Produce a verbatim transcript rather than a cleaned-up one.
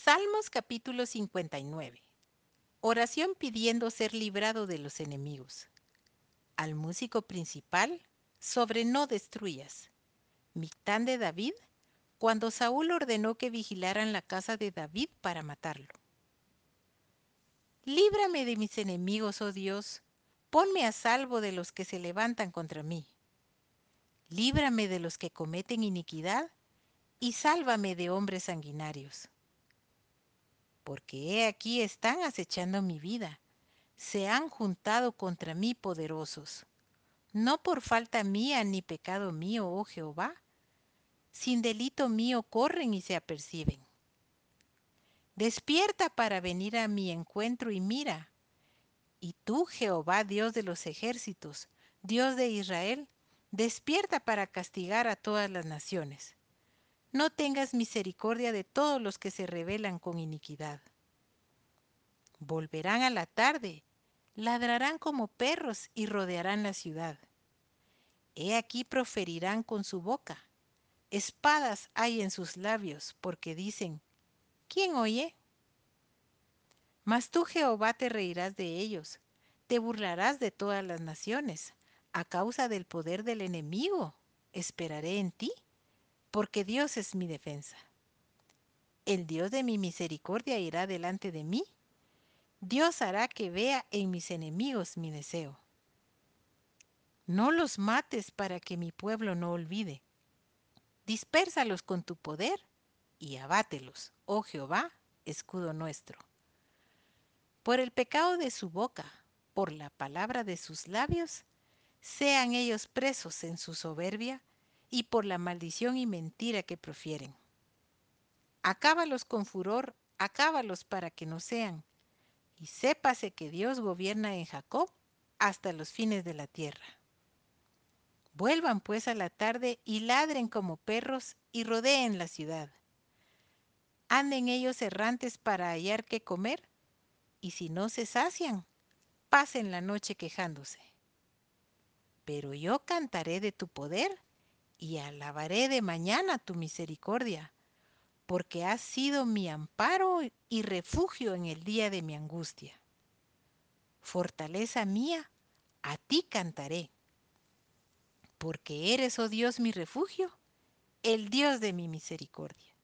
Salmos capítulo cincuenta y nueve. Oración pidiendo ser librado de los enemigos. Al músico principal, sobre no destruyas. Mictán de David, cuando Saúl ordenó que vigilaran la casa de David para matarlo. Líbrame de mis enemigos, oh Dios, ponme a salvo de los que se levantan contra mí. Líbrame de los que cometen iniquidad y sálvame de hombres sanguinarios. Porque he aquí están acechando mi vida, se han juntado contra mí poderosos. No por falta mía ni pecado mío, oh Jehová, sin delito mío corren y se aperciben. Despierta para venir a mi encuentro y mira. Y tú, Jehová, Dios de los ejércitos, Dios de Israel, despierta para castigar a todas las naciones. No tengas misericordia de todos los que se rebelan con iniquidad. Volverán a la tarde, ladrarán como perros y rodearán la ciudad. He aquí proferirán con su boca, espadas hay en sus labios, porque dicen, ¿quién oye? Mas tú, Jehová, te reirás de ellos, te burlarás de todas las naciones, a causa del poder del enemigo. Esperaré en ti, porque Dios es mi defensa. El Dios de mi misericordia irá delante de mí. Dios hará que vea en mis enemigos mi deseo. No los mates para que mi pueblo no olvide. Dispérsalos con tu poder y abátelos, oh Jehová, escudo nuestro. Por el pecado de su boca, por la palabra de sus labios, sean ellos presos en su soberbia y por la maldición y mentira que profieren. Acábalos con furor, acábalos para que no sean, y sépase que Dios gobierna en Jacob hasta los fines de la tierra. Vuelvan pues a la tarde y ladren como perros y rodeen la ciudad. Anden ellos errantes para hallar qué comer, y si no se sacian, pasen la noche quejándose. Pero yo cantaré de tu poder y alabaré de mañana tu misericordia, porque has sido mi amparo y refugio en el día de mi angustia. Fortaleza mía, a ti cantaré, porque eres, oh Dios, mi refugio, el Dios de mi misericordia.